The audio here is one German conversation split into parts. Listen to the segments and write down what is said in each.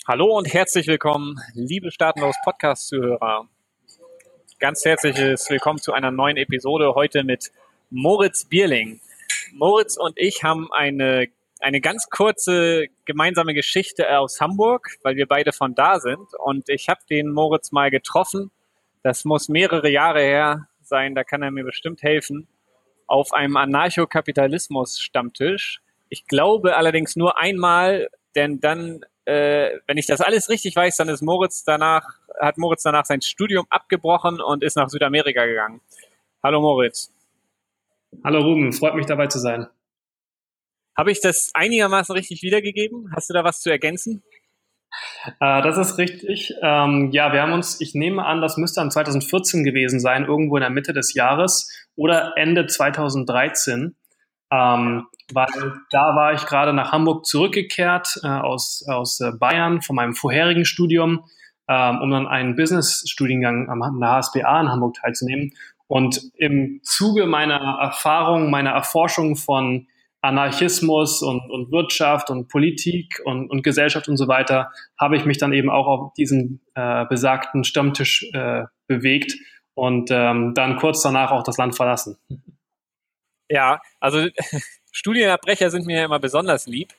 Hallo und herzlich willkommen, liebe Staatenlos Podcast-Zuhörer. Ganz herzliches Willkommen zu einer neuen Episode heute mit Moritz Bierling. Moritz und ich haben eine ganz kurze gemeinsame Geschichte aus Hamburg, weil wir beide von da sind. Und ich habe den Moritz mal getroffen. Das muss mehrere Jahre her sein, da kann er mir bestimmt helfen. Auf einem Anarchokapitalismus-Stammtisch. Ich glaube allerdings nur einmal, denn dann, wenn ich das alles richtig weiß, dann hat Moritz danach sein Studium abgebrochen und ist nach Südamerika gegangen. Hallo Moritz. Hallo Ruben, freut mich dabei zu sein. Habe ich das einigermaßen richtig wiedergegeben? Hast du da was zu ergänzen? Das ist richtig. Wir haben uns, ich nehme an, das müsste dann 2014 gewesen sein, irgendwo in der Mitte des Jahres oder Ende 2013, weil da war ich gerade nach Hamburg zurückgekehrt aus Bayern von meinem vorherigen Studium, um dann einen Business-Studiengang an der HSBA in Hamburg teilzunehmen. Und im Zuge meiner Erfahrung, meiner Erforschung von Anarchismus und Wirtschaft und Politik und Gesellschaft und so weiter, habe ich mich dann eben auch auf diesen besagten Stammtisch bewegt und dann kurz danach auch das Land verlassen. Ja, also Studienabbrecher sind mir ja immer besonders lieb.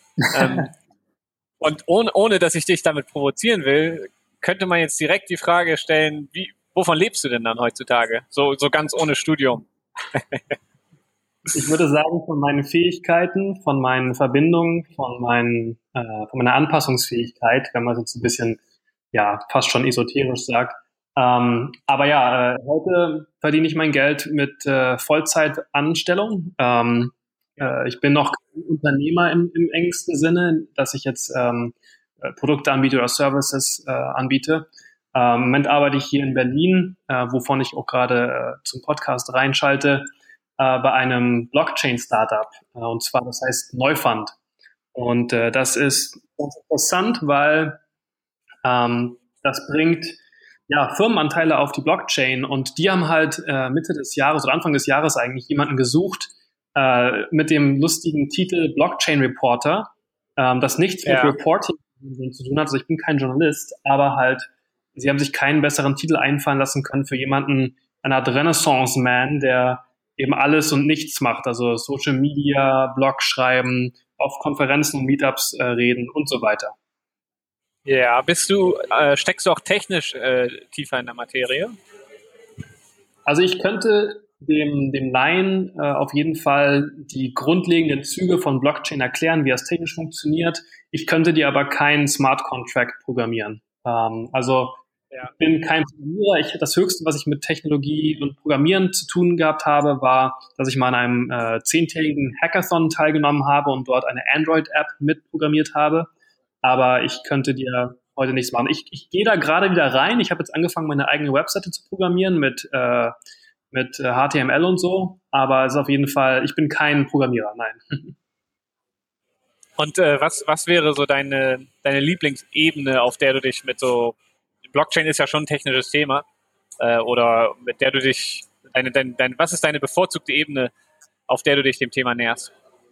Und ohne, dass ich dich damit provozieren will, könnte man jetzt direkt die Frage stellen, wovon lebst du denn dann heutzutage? So ganz ohne Studium. Ich würde sagen, von meinen Fähigkeiten, von meinen Verbindungen, von meiner Anpassungsfähigkeit, wenn man es jetzt ein bisschen, fast schon esoterisch sagt. Heute verdiene ich mein Geld mit Vollzeitanstellung. Ich bin noch kein Unternehmer im engsten Sinne, dass ich jetzt Produkte anbiete oder Services anbiete. Im Moment arbeite ich hier in Berlin, wovon ich auch gerade zum Podcast reinschalte, bei einem Blockchain-Startup. Und zwar, das heißt Neufund. Und das ist ganz interessant, weil das bringt Firmenanteile auf die Blockchain. Und die haben halt Mitte des Jahres oder Anfang des Jahres eigentlich jemanden gesucht mit dem lustigen Titel Blockchain Reporter, das nichts mit Reporting zu tun hat. Also ich bin kein Journalist, aber halt, sie haben sich keinen besseren Titel einfallen lassen können für jemanden, eine Art Renaissance-Man, der eben alles und nichts macht, also Social Media, Blog schreiben, auf Konferenzen und Meetups reden und so weiter. Ja, steckst du auch technisch tiefer in der Materie? Also ich könnte dem Laien auf jeden Fall die grundlegenden Züge von Blockchain erklären, wie das technisch funktioniert. Ich könnte dir aber keinen Smart Contract programmieren. Ich bin kein Programmierer. Das Höchste, was ich mit Technologie und Programmieren zu tun gehabt habe, war, dass ich mal an einem 10-tägigen Hackathon teilgenommen habe und dort eine Android-App mitprogrammiert habe. Aber ich könnte dir heute nichts machen. Ich gehe da gerade wieder rein. Ich habe jetzt angefangen, meine eigene Webseite zu programmieren mit HTML und so. Aber es ist auf jeden Fall, ich bin kein Programmierer, nein. Und was wäre so deine Lieblingsebene, auf der du dich mit so Blockchain ist ja schon ein technisches Thema, oder mit der du dich, was ist deine bevorzugte Ebene, auf der du dich dem Thema näherst?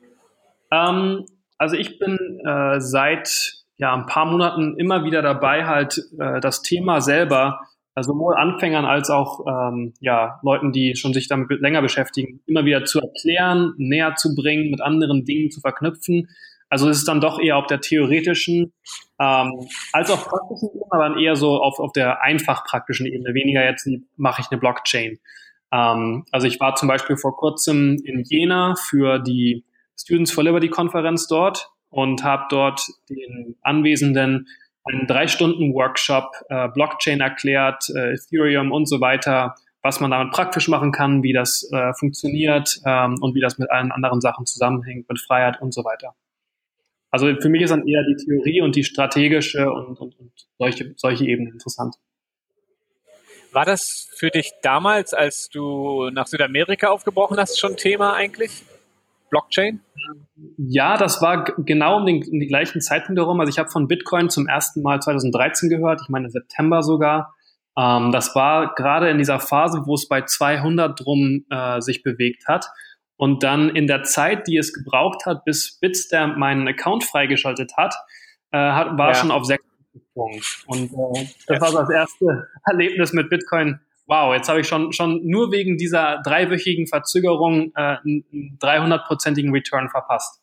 Also ich bin seit ein paar Monaten immer wieder dabei, halt das Thema selber, sowohl Anfängern als auch Leuten, die schon sich damit länger beschäftigen, immer wieder zu erklären, näher zu bringen, mit anderen Dingen zu verknüpfen. Also es ist dann doch eher auf der theoretischen als auf praktischen Ebene, aber dann eher so auf der einfach praktischen Ebene. Weniger jetzt, mache ich eine Blockchain. Also ich war zum Beispiel vor kurzem in Jena für die Students for Liberty Konferenz dort und habe dort den Anwesenden einen 3-Stunden-Workshop Blockchain erklärt, Ethereum und so weiter, was man damit praktisch machen kann, wie das funktioniert und wie das mit allen anderen Sachen zusammenhängt, mit Freiheit und so weiter. Also für mich ist dann eher die Theorie und die strategische und solche Ebenen interessant. War das für dich damals, als du nach Südamerika aufgebrochen hast, schon Thema eigentlich? Blockchain? Ja, das war genau um die gleichen Zeitpunkt herum. Also ich habe von Bitcoin zum ersten Mal 2013 gehört, ich meine September sogar. Das war gerade in dieser Phase, wo es bei 200 drum sich bewegt hat. Und dann in der Zeit, die es gebraucht hat, bis Bitstamp meinen Account freigeschaltet hat, war schon auf 600 Sprung. Und das war so das erste Erlebnis mit Bitcoin. Wow, jetzt habe ich schon nur wegen dieser 3-wöchigen Verzögerung einen 300-prozentigen Return verpasst.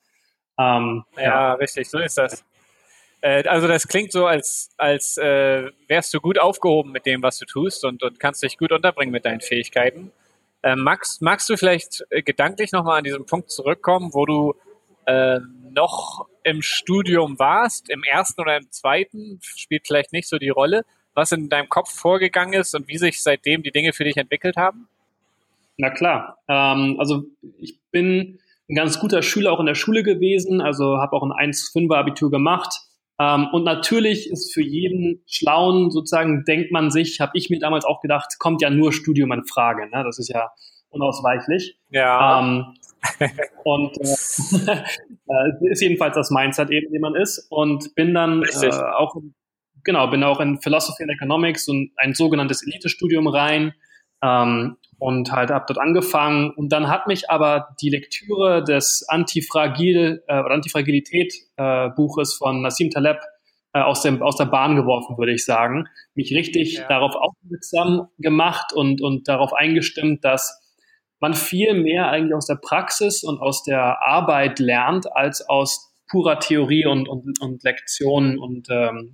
Ja, richtig, so ist das. Also das klingt so, als wärst du gut aufgehoben mit dem, was du tust und kannst dich gut unterbringen mit deinen Fähigkeiten. Magst du vielleicht gedanklich nochmal an diesen Punkt zurückkommen, wo du noch im Studium warst, im ersten oder im zweiten, spielt vielleicht nicht so die Rolle, was in deinem Kopf vorgegangen ist und wie sich seitdem die Dinge für dich entwickelt haben? Na klar. Also ich bin ein ganz guter Schüler auch in der Schule gewesen, also habe auch ein 1,5er Abitur gemacht. Und natürlich ist für jeden Schlauen sozusagen, denkt man sich, habe ich mir damals auch gedacht, kommt ja nur Studium in Frage. Ne? Das ist ja unausweichlich. Ja. Und ist jedenfalls das Mindset eben, dem man ist. Und bin dann bin auch in Philosophy and Economics und ein sogenanntes Elite-Studium rein. Und halt habe dort angefangen. Und dann hat mich aber die Lektüre des Antifragilität Buches von Nassim Taleb aus der Bahn geworfen, würde ich sagen. Mich richtig darauf aufmerksam gemacht und darauf eingestimmt, dass man viel mehr eigentlich aus der Praxis und aus der Arbeit lernt, als aus purer Theorie und Lektionen und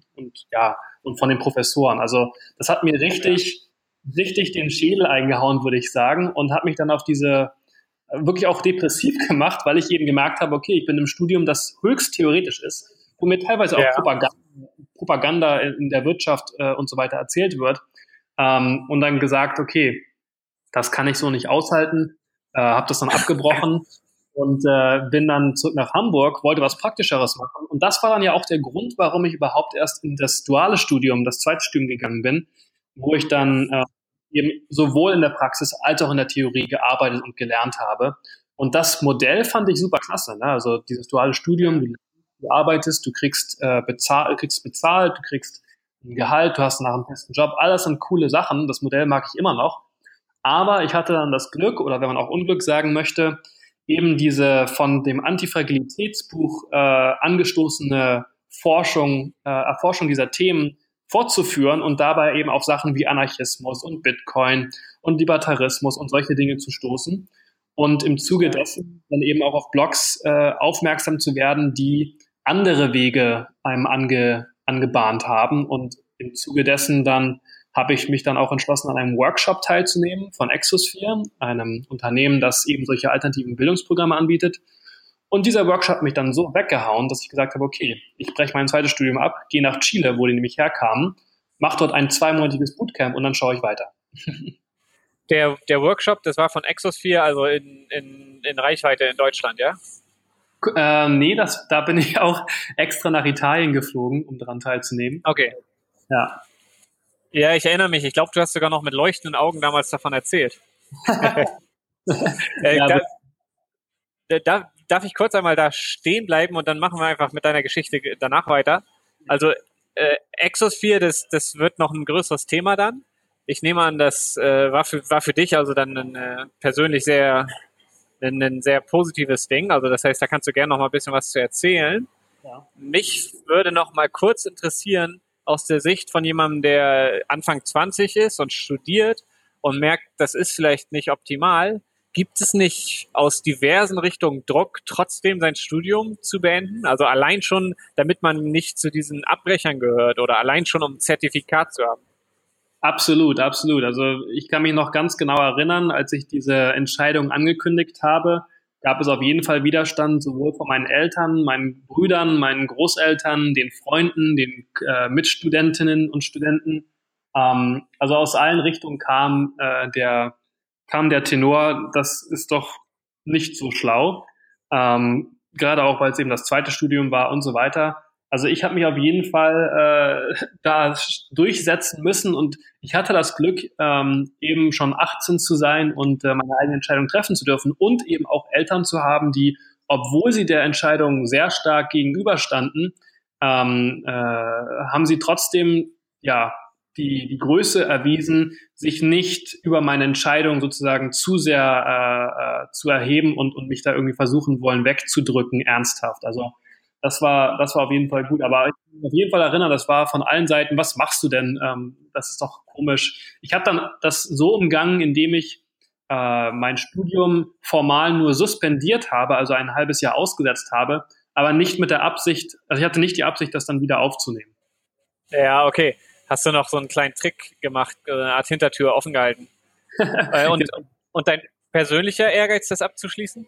von den Professoren. Also das hat mir richtig den Schädel eingehauen, würde ich sagen, und hat mich dann auf diese wirklich auch depressiv gemacht, weil ich eben gemerkt habe, okay, ich bin im Studium, das höchst theoretisch ist, wo mir teilweise auch Propaganda in der Wirtschaft und so weiter erzählt wird, und dann gesagt, okay, das kann ich so nicht aushalten, habe das dann abgebrochen und bin dann zurück nach Hamburg, wollte was Praktischeres machen, und das war dann ja auch der Grund, warum ich überhaupt erst in das duale Studium, das zweite Studium gegangen bin, wo ich dann eben sowohl in der Praxis als auch in der Theorie gearbeitet und gelernt habe. Und das Modell fand ich super klasse. Ne? Also dieses duale Studium, du arbeitest, du kriegst bezahlt, du kriegst ein Gehalt, du hast nach einem festen Job. Alles sind coole Sachen. Das Modell mag ich immer noch. Aber ich hatte dann das Glück, oder wenn man auch Unglück sagen möchte, eben diese von dem Antifragilitätsbuch angestoßene Erforschung dieser Themen fortzuführen und dabei eben auf Sachen wie Anarchismus und Bitcoin und Libertarismus und solche Dinge zu stoßen und im Zuge dessen dann eben auch auf Blogs aufmerksam zu werden, die andere Wege einem angebahnt haben, und im Zuge dessen dann habe ich mich dann auch entschlossen, an einem Workshop teilzunehmen von Exosphere, einem Unternehmen, das eben solche alternativen Bildungsprogramme anbietet. Und dieser Workshop hat mich dann so weggehauen, dass ich gesagt habe, okay, ich breche mein zweites Studium ab, gehe nach Chile, wo die nämlich herkamen, mache dort ein 2-monatiges Bootcamp und dann schaue ich weiter. Der Workshop, das war von Exosphere, also in Reichweite in Deutschland, ja? Nee, da bin ich auch extra nach Italien geflogen, um daran teilzunehmen. Okay. Ja. Ja, ich erinnere mich. Ich glaube, du hast sogar noch mit leuchtenden Augen damals davon erzählt. Darf ich kurz einmal da stehen bleiben und dann machen wir einfach mit deiner Geschichte danach weiter. Also Exosphere, das wird noch ein größeres Thema dann. Ich nehme an, das war für dich also dann ein sehr positives Ding. Also das heißt, da kannst du gerne noch mal ein bisschen was zu erzählen. Ja. Mich würde noch mal kurz interessieren, aus der Sicht von jemandem, der Anfang 20 ist und studiert und merkt, das ist vielleicht nicht optimal. Gibt es nicht aus diversen Richtungen Druck, trotzdem sein Studium zu beenden? Also allein schon, damit man nicht zu diesen Abbrechern gehört oder allein schon, um ein Zertifikat zu haben? Absolut, absolut. Also ich kann mich noch ganz genau erinnern, als ich diese Entscheidung angekündigt habe, gab es auf jeden Fall Widerstand, sowohl von meinen Eltern, meinen Brüdern, meinen Großeltern, den Freunden, den Mitstudentinnen und Studenten. Also aus allen Richtungen kam der Tenor, das ist doch nicht so schlau. Gerade auch, weil es eben das zweite Studium war und so weiter. Also ich habe mich auf jeden Fall da durchsetzen müssen, und ich hatte das Glück, eben schon 18 zu sein und meine eigene Entscheidung treffen zu dürfen und eben auch Eltern zu haben, die, obwohl sie der Entscheidung sehr stark gegenüberstanden, haben sie trotzdem die Größe erwiesen, sich nicht über meine Entscheidung sozusagen zu sehr zu erheben und mich da irgendwie versuchen wollen wegzudrücken, ernsthaft. Also das war auf jeden Fall gut. Aber ich kann mich auf jeden Fall erinnern, das war von allen Seiten, was machst du denn? Das ist doch komisch. Ich habe dann das so umgangen, indem ich mein Studium formal nur suspendiert habe, also ein halbes Jahr ausgesetzt habe, aber nicht mit der Absicht, also ich hatte nicht die Absicht, das dann wieder aufzunehmen. Ja, okay. Hast du noch so einen kleinen Trick gemacht, eine Art Hintertür offen gehalten? Und dein persönlicher Ehrgeiz, das abzuschließen?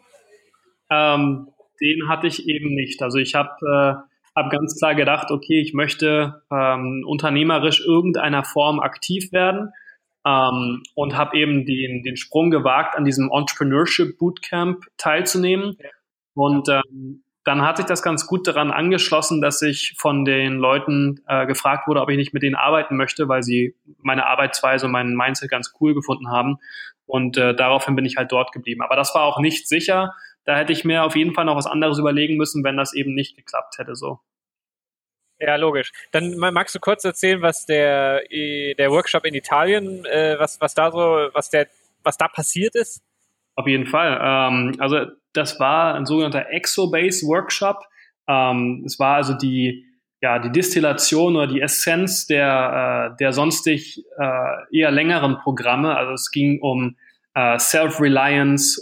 Den hatte ich eben nicht. Also ich hab ganz klar gedacht, okay, ich möchte unternehmerisch irgendeiner Form aktiv werden, und habe eben den Sprung gewagt, an diesem Entrepreneurship Bootcamp teilzunehmen. Ja. Und dann hat sich das ganz gut daran angeschlossen, dass ich von den Leuten gefragt wurde, ob ich nicht mit denen arbeiten möchte, weil sie meine Arbeitsweise und meinen Mindset ganz cool gefunden haben. Und daraufhin bin ich halt dort geblieben. Aber das war auch nicht sicher. Da hätte ich mir auf jeden Fall noch was anderes überlegen müssen, wenn das eben nicht geklappt hätte so. Ja, logisch. Dann magst du kurz erzählen, was der Workshop in Italien, was da passiert ist? Auf jeden Fall. Also das war ein sogenannter Exobase Workshop. Es war also die Destillation oder die Essenz der sonstig eher längeren Programme. Also es ging um Self-Reliance,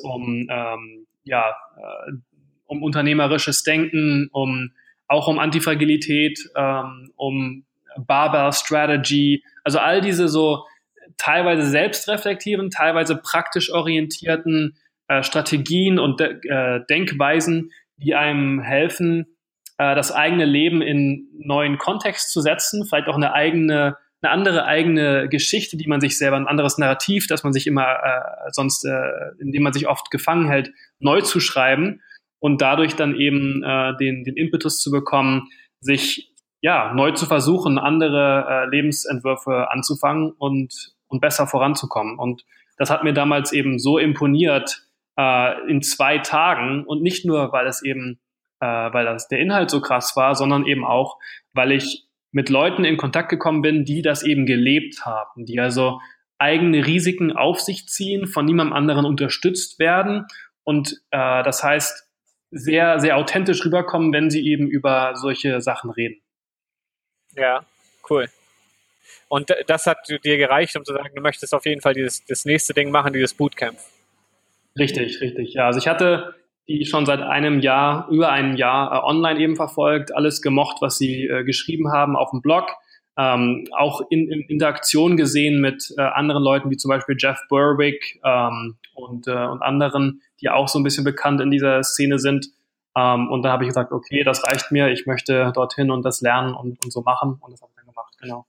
um unternehmerisches Denken, auch um Antifragilität, um Barbell Strategy, also all diese so teilweise selbstreflektierten, teilweise praktisch orientierten Strategien und Denkweisen, die einem helfen, das eigene Leben in neuen Kontext zu setzen, vielleicht auch eine andere eigene Geschichte, die man sich selber, ein anderes Narrativ, das man sich immer in dem man sich oft gefangen hält, neu zu schreiben und dadurch dann eben den Impetus zu bekommen, sich neu zu versuchen, andere Lebensentwürfe anzufangen und besser voranzukommen. Und das hat mir damals eben so imponiert in 2 Tagen und nicht nur, weil das der Inhalt so krass war, sondern eben auch, weil ich mit Leuten in Kontakt gekommen bin, die das eben gelebt haben, die also eigene Risiken auf sich ziehen, von niemandem anderen unterstützt werden und das heißt, sehr, sehr authentisch rüberkommen, wenn sie eben über solche Sachen reden. Ja, cool. Und das hat dir gereicht, um zu sagen, du möchtest auf jeden Fall das nächste Ding machen, dieses Bootcamp. Richtig, ja. Also ich hatte die schon seit über einem Jahr online eben verfolgt, alles gemocht, was sie geschrieben haben auf dem Blog, auch in Interaktion gesehen mit anderen Leuten, wie zum Beispiel Jeff Berwick und anderen, die auch so ein bisschen bekannt in dieser Szene sind. Und da habe ich gesagt, okay, das reicht mir, ich möchte dorthin und das lernen und so machen. Und das habe ich dann gemacht, genau.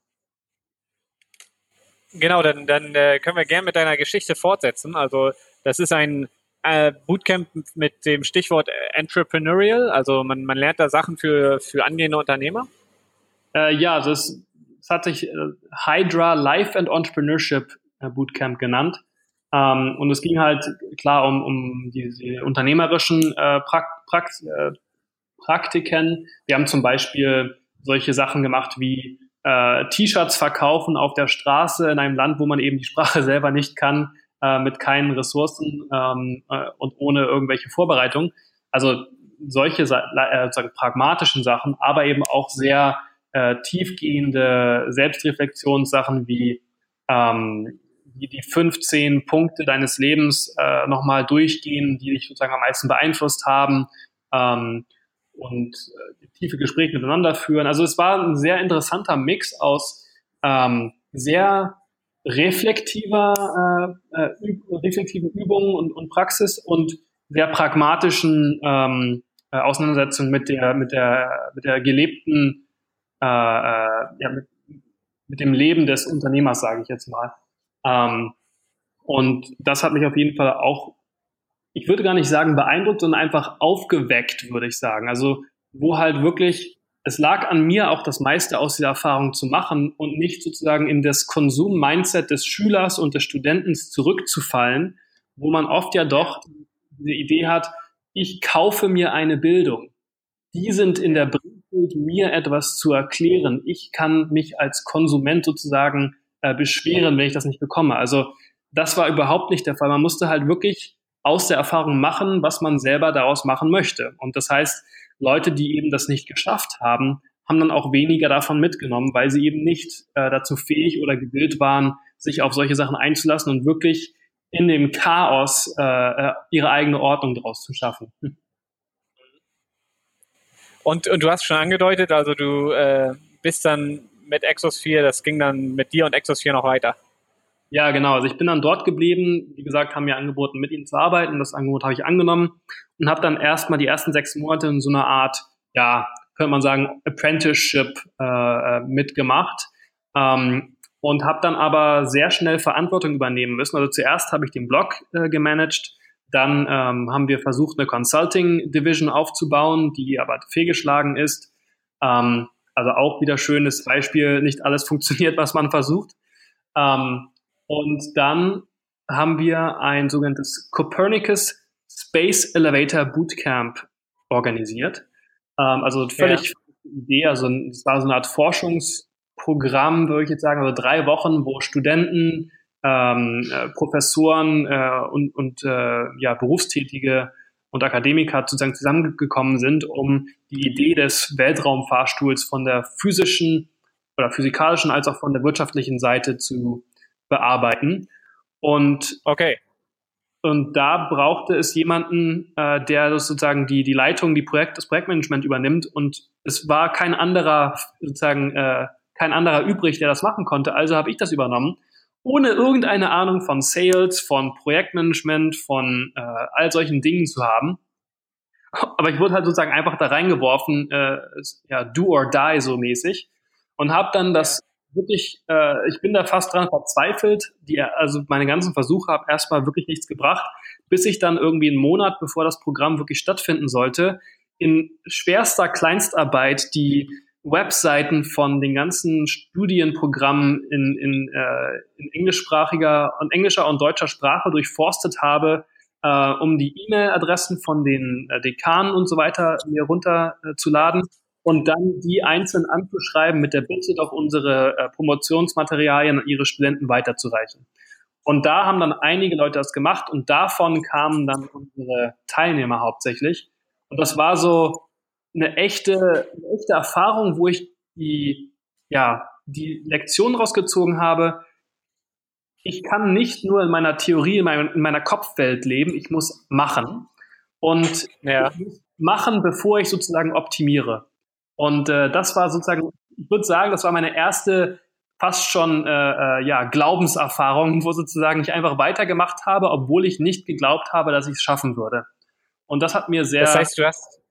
Genau, dann können wir gerne mit deiner Geschichte fortsetzen. Also das ist ein Bootcamp mit dem Stichwort Entrepreneurial. Also man lernt da Sachen für angehende Unternehmer. Also es hat sich Hydra Life and Entrepreneurship Bootcamp genannt. Und es ging halt klar um diese unternehmerischen Praktiken. Wir haben zum Beispiel solche Sachen gemacht wie T-Shirts verkaufen auf der Straße in einem Land, wo man eben die Sprache selber nicht kann, mit keinen Ressourcen und ohne irgendwelche Vorbereitung. Also solche pragmatischen Sachen, aber eben auch sehr tiefgehende Selbstreflexionssachen wie die 15 Punkte deines Lebens nochmal durchgehen, die dich sozusagen am meisten beeinflusst haben und tiefe Gespräche miteinander führen. Also es war ein sehr interessanter Mix aus sehr reflektiven Übungen und Praxis und sehr pragmatischen Auseinandersetzungen mit der gelebten mit dem Leben des Unternehmers, sage ich jetzt mal. Und das hat mich auf jeden Fall auch, ich würde gar nicht sagen beeindruckt, sondern einfach aufgeweckt, würde ich sagen. Also wo halt wirklich, es lag an mir auch das meiste aus dieser Erfahrung zu machen und nicht sozusagen in das Konsum-Mindset des Schülers und des Studenten zurückzufallen, wo man oft ja doch diese Idee hat, ich kaufe mir eine Bildung. Die sind in der Bringschuld, mir etwas zu erklären. Ich kann mich als Konsument sozusagen beschweren, wenn ich das nicht bekomme. Also das war überhaupt nicht der Fall. Man musste halt wirklich aus der Erfahrung machen, was man selber daraus machen möchte. Und das heißt, Leute, die eben das nicht geschafft haben, haben dann auch weniger davon mitgenommen, weil sie eben nicht dazu fähig oder gewillt waren, sich auf solche Sachen einzulassen und wirklich in dem Chaos ihre eigene Ordnung daraus zu schaffen. Und du hast schon angedeutet, also du bist dann mit Exosphere, das ging dann mit dir und Exosphere noch weiter. Ja, genau. Also ich bin dann dort geblieben. Wie gesagt, haben mir angeboten, mit ihnen zu arbeiten. Das Angebot habe ich angenommen und habe dann erstmal die ersten 6 Monate in so einer Art, ja, könnte man sagen, Apprenticeship mitgemacht. Und habe dann aber sehr schnell Verantwortung übernehmen müssen. Also zuerst habe ich den Blog gemanagt, dann haben wir versucht, eine Consulting-Division aufzubauen, die aber fehlgeschlagen ist. Also auch wieder schönes Beispiel, nicht alles funktioniert, was man versucht. Und dann haben wir ein sogenanntes Copernicus Space Elevator Bootcamp organisiert. Also völlig Idee, also es war so eine Art Forschungsprogramm, würde ich jetzt sagen, also 3 Wochen, wo Studenten, Professoren und Berufstätige und Akademiker sozusagen zusammengekommen sind, um die Idee des Weltraumfahrstuhls von der physischen oder physikalischen als auch von der wirtschaftlichen Seite zu bearbeiten. Und da brauchte es jemanden, der sozusagen die Leitung, das Projektmanagement übernimmt. Und es war kein anderer übrig, der das machen konnte. Also habe ich das übernommen, ohne irgendeine Ahnung von Sales, von Projektmanagement, von all solchen Dingen zu haben. Aber ich wurde halt sozusagen einfach da reingeworfen, do or die so mäßig. Und habe dann das wirklich, ich bin da fast dran verzweifelt. Also meine ganzen Versuche haben erstmal wirklich nichts gebracht, bis ich dann irgendwie einen Monat, bevor das Programm wirklich stattfinden sollte, in schwerster Kleinstarbeit die Webseiten von den ganzen Studienprogrammen in englischsprachiger und englischer und deutscher Sprache durchforstet habe, um die E-Mail-Adressen von den Dekanen und so weiter mir runterzuladen. Und dann die einzeln anzuschreiben mit der Bitte, doch unsere Promotionsmaterialien an ihre Studenten weiterzureichen. Und da haben dann einige Leute das gemacht und davon kamen dann unsere Teilnehmer hauptsächlich. Und das war so eine echte Erfahrung, wo ich die Lektion rausgezogen habe. Ich kann nicht nur in meiner Theorie, in meiner Kopfwelt leben, ich muss machen. Und ich muss machen, bevor ich sozusagen optimiere. Und das war sozusagen, ich würde sagen, das war meine erste fast schon Glaubenserfahrung, wo sozusagen ich einfach weitergemacht habe, obwohl ich nicht geglaubt habe, dass ich es schaffen würde. Und das hat mir sehr... Das heißt,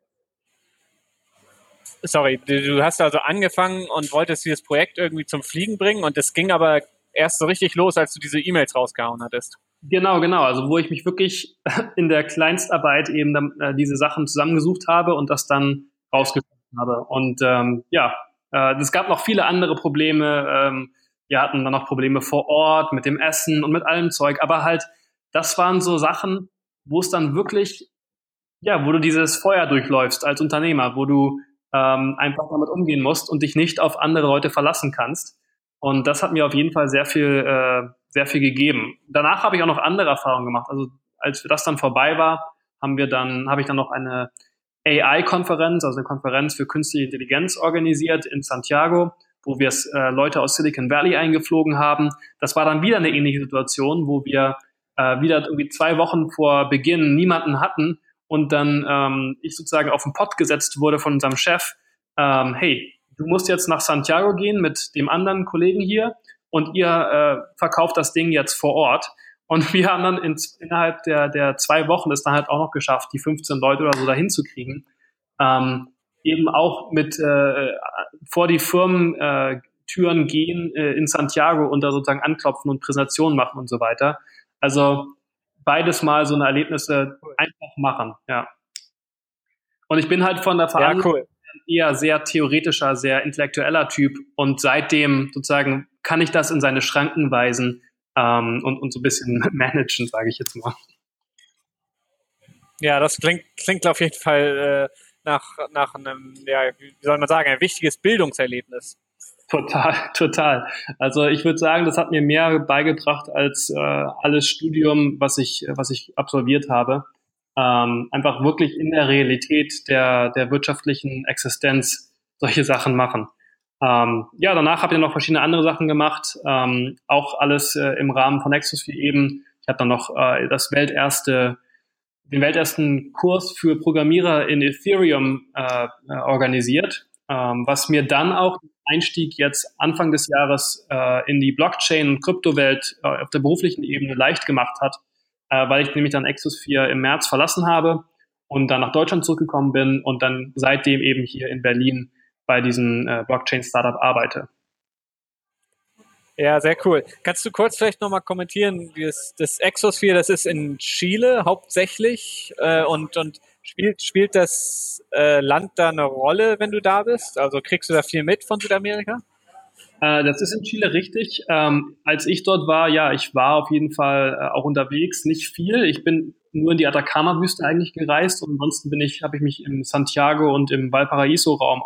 du hast also angefangen und wolltest dieses Projekt irgendwie zum Fliegen bringen und es ging aber erst so richtig los, als du diese E-Mails rausgehauen hattest. Genau. Also wo ich mich wirklich in der Kleinstarbeit eben diese Sachen zusammengesucht habe und das dann rausgefunden habe. Und es gab noch viele andere Probleme. Wir hatten dann noch Probleme vor Ort mit dem Essen und mit allem Zeug. Aber halt, das waren so Sachen, wo es dann wirklich, wo du dieses Feuer durchläufst als Unternehmer, wo du einfach damit umgehen musst und dich nicht auf andere Leute verlassen kannst. Und das hat mir auf jeden Fall sehr viel gegeben. Danach habe ich auch noch andere Erfahrungen gemacht. Also als das dann vorbei war, habe ich dann noch eine AI-Konferenz, also eine Konferenz für künstliche Intelligenz organisiert in Santiago, wo wir Leute aus Silicon Valley eingeflogen haben. Das war dann wieder eine ähnliche Situation, wo wir wieder irgendwie 2 Wochen vor Beginn niemanden hatten und dann ich sozusagen auf den Pott gesetzt wurde von unserem Chef. Hey, du musst jetzt nach Santiago gehen mit dem anderen Kollegen hier und ihr verkauft das Ding jetzt vor Ort. Und wir haben dann innerhalb der 2 Wochen es dann halt auch noch geschafft, die 15 Leute oder so dahin zu kriegen. Eben auch mit vor die Firmentüren gehen in Santiago und da sozusagen anklopfen und Präsentationen machen und so weiter. Also beides mal so eine Erlebnisse einfach machen, ja. Und ich bin halt von der Veranlagung eher sehr theoretischer, sehr intellektueller Typ und seitdem sozusagen kann ich das in seine Schranken weisen und so ein bisschen managen, sage ich jetzt mal. Ja, das klingt auf jeden Fall nach einem, wie soll man sagen, ein wichtiges Bildungserlebnis. Total. Also ich würde sagen, das hat mir mehr beigebracht als alles Studium, was ich absolviert habe. einfach wirklich in der Realität der wirtschaftlichen Existenz solche Sachen machen. Ja, danach habe ich noch verschiedene andere Sachen gemacht, auch alles im Rahmen von Exosphere eben. Ich habe dann noch den weltersten Kurs für Programmierer in Ethereum organisiert, was mir dann auch den Einstieg jetzt Anfang des Jahres in die Blockchain- und Kryptowelt auf der beruflichen Ebene leicht gemacht hat, weil ich nämlich dann Exosphere im März verlassen habe und dann nach Deutschland zurückgekommen bin und dann seitdem eben hier in Berlin bei diesem Blockchain-Startup arbeite. Ja, sehr cool. Kannst du kurz vielleicht nochmal kommentieren, das Exosphere, das ist in Chile hauptsächlich und spielt das Land da eine Rolle, wenn du da bist? Also kriegst du da viel mit von Südamerika? Das ist in Chile richtig. Als ich dort war, ja, ich war auf jeden Fall auch unterwegs, nicht viel. Ich bin nur in die Atacama-Wüste eigentlich gereist und ansonsten habe ich mich im Santiago und im Valparaiso-Raum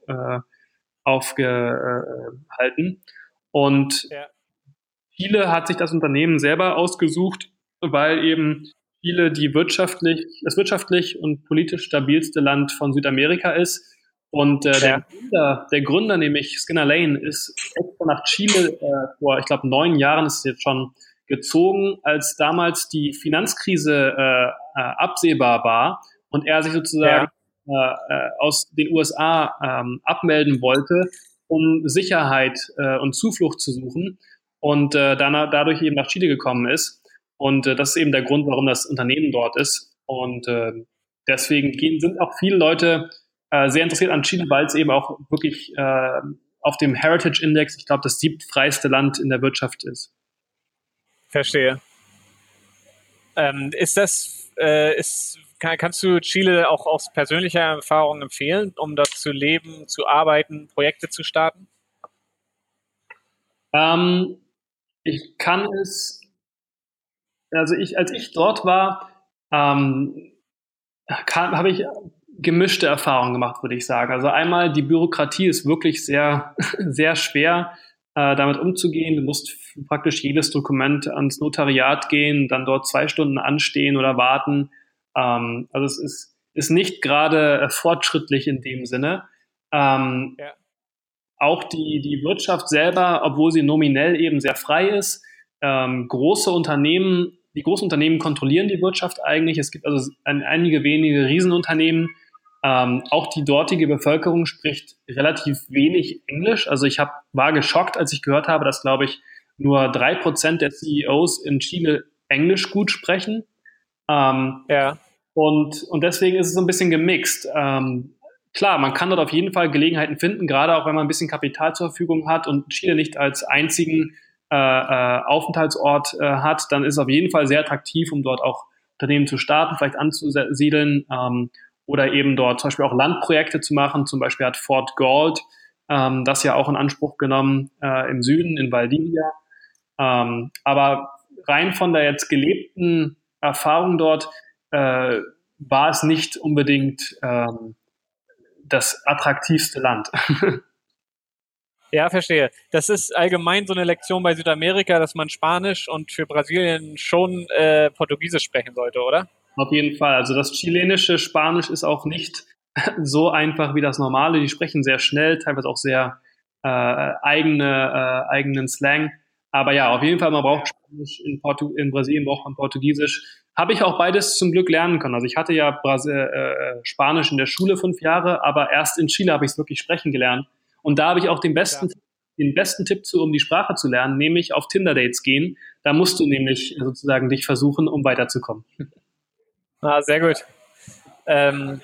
aufgehalten. Und Ja. Chile hat sich das Unternehmen selber ausgesucht, weil eben Chile das wirtschaftlich und politisch stabilste Land von Südamerika ist. Und der Gründer, nämlich Skinner Lane, ist extra nach Chile vor, ich glaube, 9 Jahren ist es jetzt schon gezogen, als damals die Finanzkrise absehbar war und er sich sozusagen aus den USA abmelden wollte, um Sicherheit und Zuflucht zu suchen und dadurch eben nach Chile gekommen ist. Und das ist eben der Grund, warum das Unternehmen dort ist. Und deswegen sind auch viele Leute sehr interessiert an Chile, weil es eben auch wirklich auf dem Heritage Index, ich glaube, das siebtfreiste Land in der Wirtschaft ist. Verstehe. Kannst du Chile auch aus persönlicher Erfahrung empfehlen, um dort zu leben, zu arbeiten, Projekte zu starten? Ich kann es, also als ich dort war, habe ich gemischte Erfahrungen gemacht, würde ich sagen. Also einmal, die Bürokratie ist wirklich sehr, sehr schwer, damit umzugehen. Du musst praktisch jedes Dokument ans Notariat gehen, dann dort 2 Stunden anstehen oder warten. Also es ist nicht gerade fortschrittlich in dem Sinne. Auch die Wirtschaft selber, obwohl sie nominell eben sehr frei ist, die großen Unternehmen kontrollieren die Wirtschaft eigentlich. Es gibt also einige wenige Riesenunternehmen. Auch die dortige Bevölkerung spricht relativ wenig Englisch. Also war geschockt, als ich gehört habe, dass, glaube ich, nur 3% der CEOs in Chile Englisch gut sprechen. Und deswegen ist es so ein bisschen gemixt. Klar, man kann dort auf jeden Fall Gelegenheiten finden, gerade auch wenn man ein bisschen Kapital zur Verfügung hat und Chile nicht als einzigen Aufenthaltsort hat, dann ist es auf jeden Fall sehr attraktiv, um dort auch Unternehmen zu starten, vielleicht anzusiedeln oder eben dort zum Beispiel auch Landprojekte zu machen. Zum Beispiel hat Fort Gold das ja auch in Anspruch genommen im Süden, in Valdivia. Aber rein von der jetzt gelebten Erfahrung dort war es nicht unbedingt das attraktivste Land. Ja, verstehe. Das ist allgemein so eine Lektion bei Südamerika, dass man Spanisch und für Brasilien schon Portugiesisch sprechen sollte, oder? Auf jeden Fall. Also das chilenische Spanisch ist auch nicht so einfach wie das normale. Die sprechen sehr schnell, teilweise auch sehr eigenen Slang. Aber ja, auf jeden Fall, man braucht Spanisch. In Brasilien braucht man Portugiesisch. Habe ich auch beides zum Glück lernen können. Also ich hatte ja Spanisch in der Schule 5 Jahre, aber erst in Chile habe ich es wirklich sprechen gelernt. Und da habe ich auch den besten Tipp um die Sprache zu lernen, nämlich auf Tinder-Dates gehen. Da musst du nämlich sozusagen dich versuchen, um weiterzukommen. Ah, sehr gut. Dann,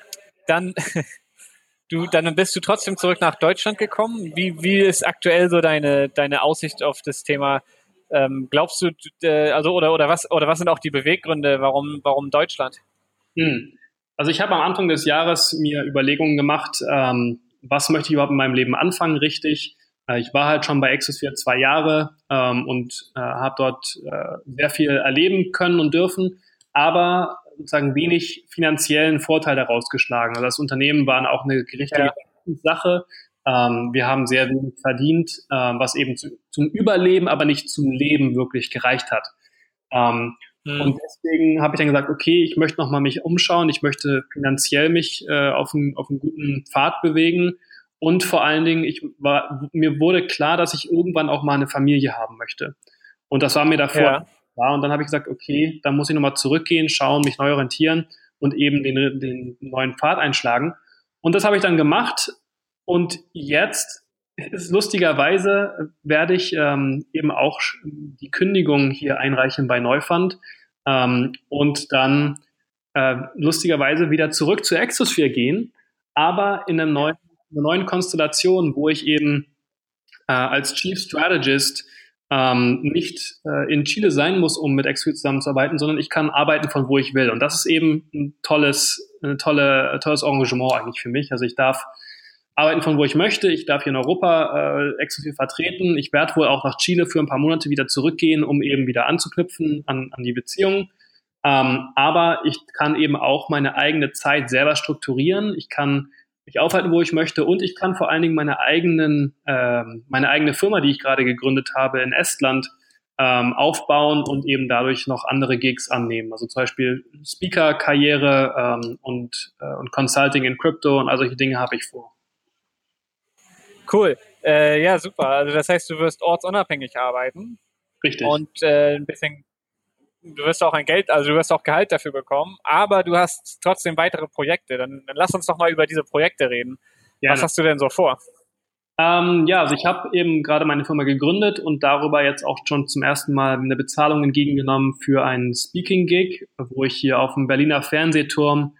dann bist du trotzdem zurück nach Deutschland gekommen. Wie ist aktuell so deine Aussicht auf das Thema? Glaubst du, oder was sind auch die Beweggründe, warum Deutschland? Also ich habe am Anfang des Jahres mir Überlegungen gemacht, was möchte ich überhaupt in meinem Leben anfangen, richtig. Ich war halt schon bei Exosphere 2 Jahre und habe dort sehr viel erleben können und dürfen, aber sozusagen wenig finanziellen Vorteil daraus geschlagen. Also das Unternehmen war auch eine richtige Sache. Wir haben sehr wenig verdient, was eben zum Überleben, aber nicht zum Leben wirklich gereicht hat. Und deswegen habe ich dann gesagt, okay, ich möchte nochmal mich umschauen, ich möchte finanziell mich auf einen guten Pfad bewegen und vor allen Dingen, mir wurde klar, dass ich irgendwann auch mal eine Familie haben möchte. Und das war mir davor Ja, klar. Und dann habe ich gesagt, okay, dann muss ich nochmal zurückgehen, schauen, mich neu orientieren und eben den neuen Pfad einschlagen. Und das habe ich dann gemacht. Und jetzt ist lustigerweise werde ich eben auch die Kündigung hier einreichen bei Neufund und dann lustigerweise wieder zurück zu Exosphere gehen, aber in einer neuen Konstellation, wo ich eben als Chief Strategist nicht in Chile sein muss, um mit Exosphere zusammenzuarbeiten, sondern ich kann arbeiten von wo ich will. Und das ist eben ein tolles Engagement eigentlich für mich. Also ich darf arbeiten von wo ich möchte. Ich darf hier in Europa Exosphere vertreten. Ich werde wohl auch nach Chile für ein paar Monate wieder zurückgehen, um eben wieder anzuknüpfen an die Beziehungen. Aber ich kann eben auch meine eigene Zeit selber strukturieren. Ich kann mich aufhalten, wo ich möchte, und ich kann vor allen Dingen meine eigene Firma, die ich gerade gegründet habe in Estland, aufbauen und eben dadurch noch andere Gigs annehmen. Also zum Beispiel Speaker-Karriere und Consulting in Crypto und all solche Dinge habe ich vor. cool. Ja, super. Also das heißt, du wirst ortsunabhängig arbeiten. Richtig. Und ein bisschen, du wirst auch du wirst auch Gehalt dafür bekommen, aber du hast trotzdem weitere Projekte. Dann lass uns doch mal über diese Projekte reden. Gerne. Was hast du denn so vor? Also ich habe eben gerade meine Firma gegründet und darüber jetzt auch schon zum ersten Mal eine Bezahlung entgegengenommen für einen Speaking-Gig, wo ich hier auf dem Berliner Fernsehturm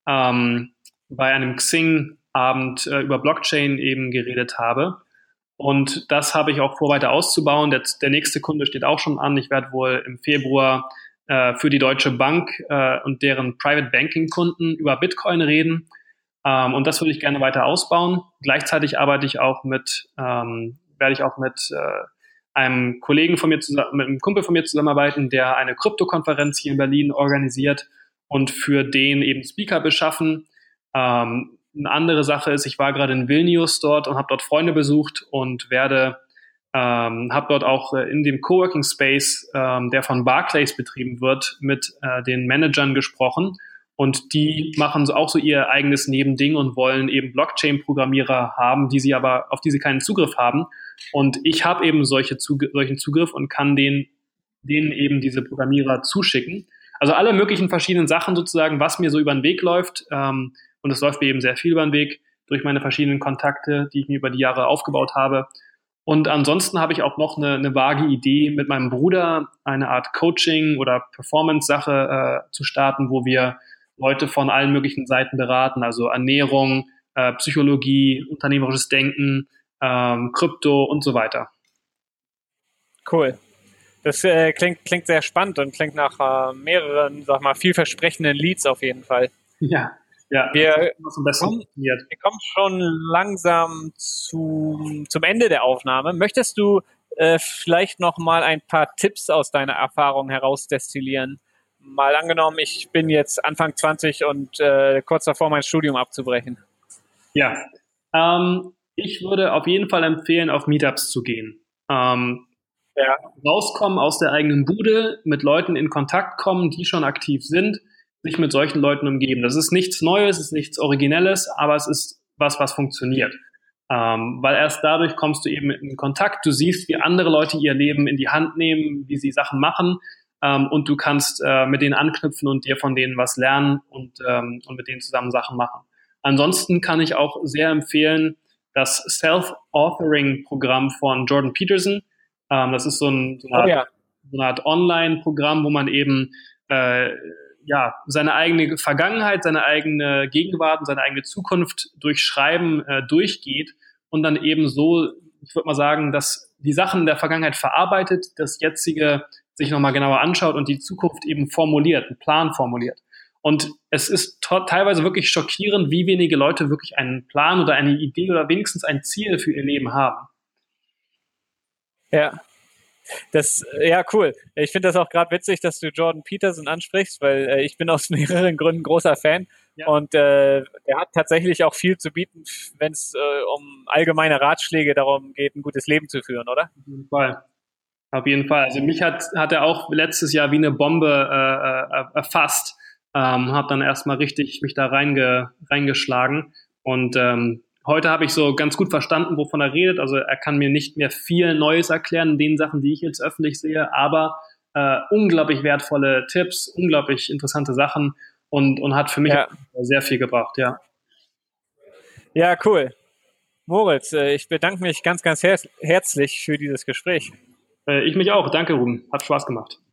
bei einem Xing-Abend über Blockchain eben geredet habe. Und das habe ich auch vor, weiter auszubauen. Der nächste Kunde steht auch schon an. Ich werde wohl im Februar für die Deutsche Bank und deren Private Banking Kunden über Bitcoin reden. Und das würde ich gerne weiter ausbauen. Gleichzeitig werde ich auch mit einem Kollegen von mir zusammen, mit einem Kumpel von mir zusammenarbeiten, der eine Krypto-Konferenz hier in Berlin organisiert und für den eben Speaker beschaffen. Eine andere Sache ist, ich war gerade in Vilnius dort und habe dort Freunde besucht und habe dort auch in dem Coworking Space, der von Barclays betrieben wird, mit den Managern gesprochen. Und die machen auch so ihr eigenes Nebending und wollen eben Blockchain-Programmierer haben, auf die sie keinen Zugriff haben. Und ich habe eben solchen Zugriff und kann denen eben diese Programmierer zuschicken. Also alle möglichen verschiedenen Sachen sozusagen, was mir so über den Weg läuft. Und es läuft mir eben sehr viel über den Weg durch meine verschiedenen Kontakte, die ich mir über die Jahre aufgebaut habe. Und ansonsten habe ich auch noch eine vage Idee, mit meinem Bruder eine Art Coaching- oder Performance-Sache zu starten, wo wir Leute von allen möglichen Seiten beraten, also Ernährung, Psychologie, unternehmerisches Denken, Krypto und so weiter. Cool. Das klingt sehr spannend und klingt nach mehreren, sag mal, vielversprechenden Leads auf jeden Fall. Ja. Wir kommen schon langsam zum Ende der Aufnahme. Möchtest du vielleicht noch mal ein paar Tipps aus deiner Erfahrung herausdestillieren? Mal angenommen, ich bin jetzt Anfang 20 und kurz davor, mein Studium abzubrechen. Ja, ich würde auf jeden Fall empfehlen, auf Meetups zu gehen. Rauskommen aus der eigenen Bude, mit Leuten in Kontakt kommen, die schon aktiv sind, sich mit solchen Leuten umgeben. Das ist nichts Neues, es ist nichts Originelles, aber es ist was funktioniert. Weil erst dadurch kommst du eben in Kontakt, du siehst, wie andere Leute ihr Leben in die Hand nehmen, wie sie Sachen machen, und du kannst mit denen anknüpfen und dir von denen was lernen und mit denen zusammen Sachen machen. Ansonsten kann ich auch sehr empfehlen das Self-Authoring-Programm von Jordan Peterson. Das ist so eine Art Online-Programm, wo man eben seine eigene Vergangenheit, seine eigene Gegenwart und seine eigene Zukunft durch Schreiben durchgeht und dann eben so, ich würde mal sagen, dass die Sachen der Vergangenheit verarbeitet, das Jetzige sich nochmal genauer anschaut und die Zukunft eben formuliert, einen Plan formuliert. Und es ist teilweise wirklich schockierend, wie wenige Leute wirklich einen Plan oder eine Idee oder wenigstens ein Ziel für ihr Leben haben. Ja. Cool. Ich finde das auch gerade witzig, dass du Jordan Peterson ansprichst, weil ich bin aus mehreren Gründen großer Fan. Ja. Und er hat tatsächlich auch viel zu bieten, wenn es um allgemeine Ratschläge darum geht, ein gutes Leben zu führen, oder? Auf jeden Fall. Auf jeden Fall. Also mich hat er auch letztes Jahr wie eine Bombe erfasst. Habe dann erstmal richtig mich da reingeschlagen. Und heute habe ich so ganz gut verstanden, wovon er redet. Also er kann mir nicht mehr viel Neues erklären in den Sachen, die ich jetzt öffentlich sehe, aber unglaublich wertvolle Tipps, unglaublich interessante Sachen und hat für mich sehr viel gebracht, ja. Ja, cool. Moritz, ich bedanke mich ganz, ganz herzlich für dieses Gespräch. Ich mich auch. Danke, Ruben. Hat Spaß gemacht.